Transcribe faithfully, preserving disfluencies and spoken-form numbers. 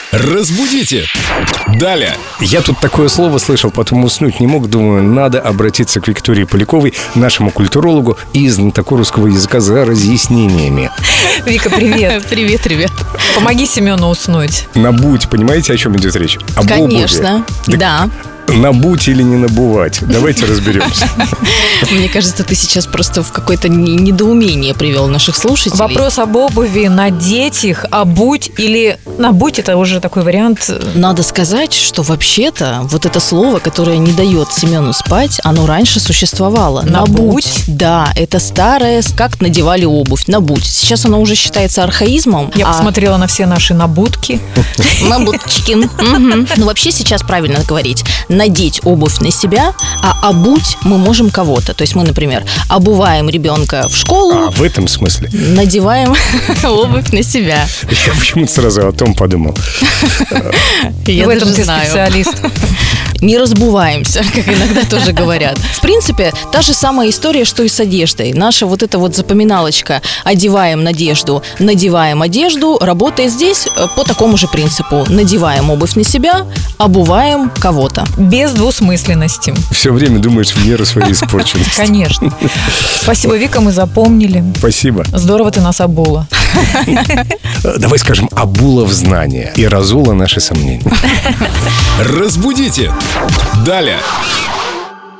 Разбудите! Далее! Я тут такое слово слышал, потом уснуть не мог. Думаю, надо обратиться к Виктории Поляковой, нашему культурологу и знатоку русского языка, за разъяснениями. Вика, привет. Привет, ребят. Помоги Семену уснуть. Набуть, понимаете, о чем идет речь? Об Конечно, обуви. да. Набуть или не набувать? Давайте разберемся. Мне кажется, ты сейчас просто в какое-то не- недоумение привел наших слушателей. Вопрос об обуви, надеть их, обуть или... Набуть — это уже такой вариант. Надо сказать, что вообще-то вот это слово, которое не дает Семену спать, оно раньше существовало. Набуть? Да, это старое, как надевали обувь. Набуть. Сейчас оно уже считается архаизмом. Я а- посмотрела на все наши набутки. Набутчикин. Мгм. Ну, вообще сейчас правильно говорить. Надеть обувь на себя, а обуть мы можем кого-то. То есть мы, например, обуваем ребенка в школу, А, в этом смысле. надеваем обувь на себя. Я почему-то сразу о том подумал. Я В этом даже ты знаю. специалист. Не разбуваемся, как иногда тоже говорят. В принципе, та же самая история, что и с одеждой. Наша вот эта вот запоминалочка «одеваем надежду, надеваем одежду» работает здесь э, по такому же принципу. Надеваем обувь на себя, обуваем кого-то. Без двусмысленности. Все время думаешь в меру своей испорченности. Конечно. Спасибо, Вика, мы запомнили. Спасибо. Здорово ты нас обула. Давай скажем, обула в знания и разула наши сомнения. Разбудите! Далее!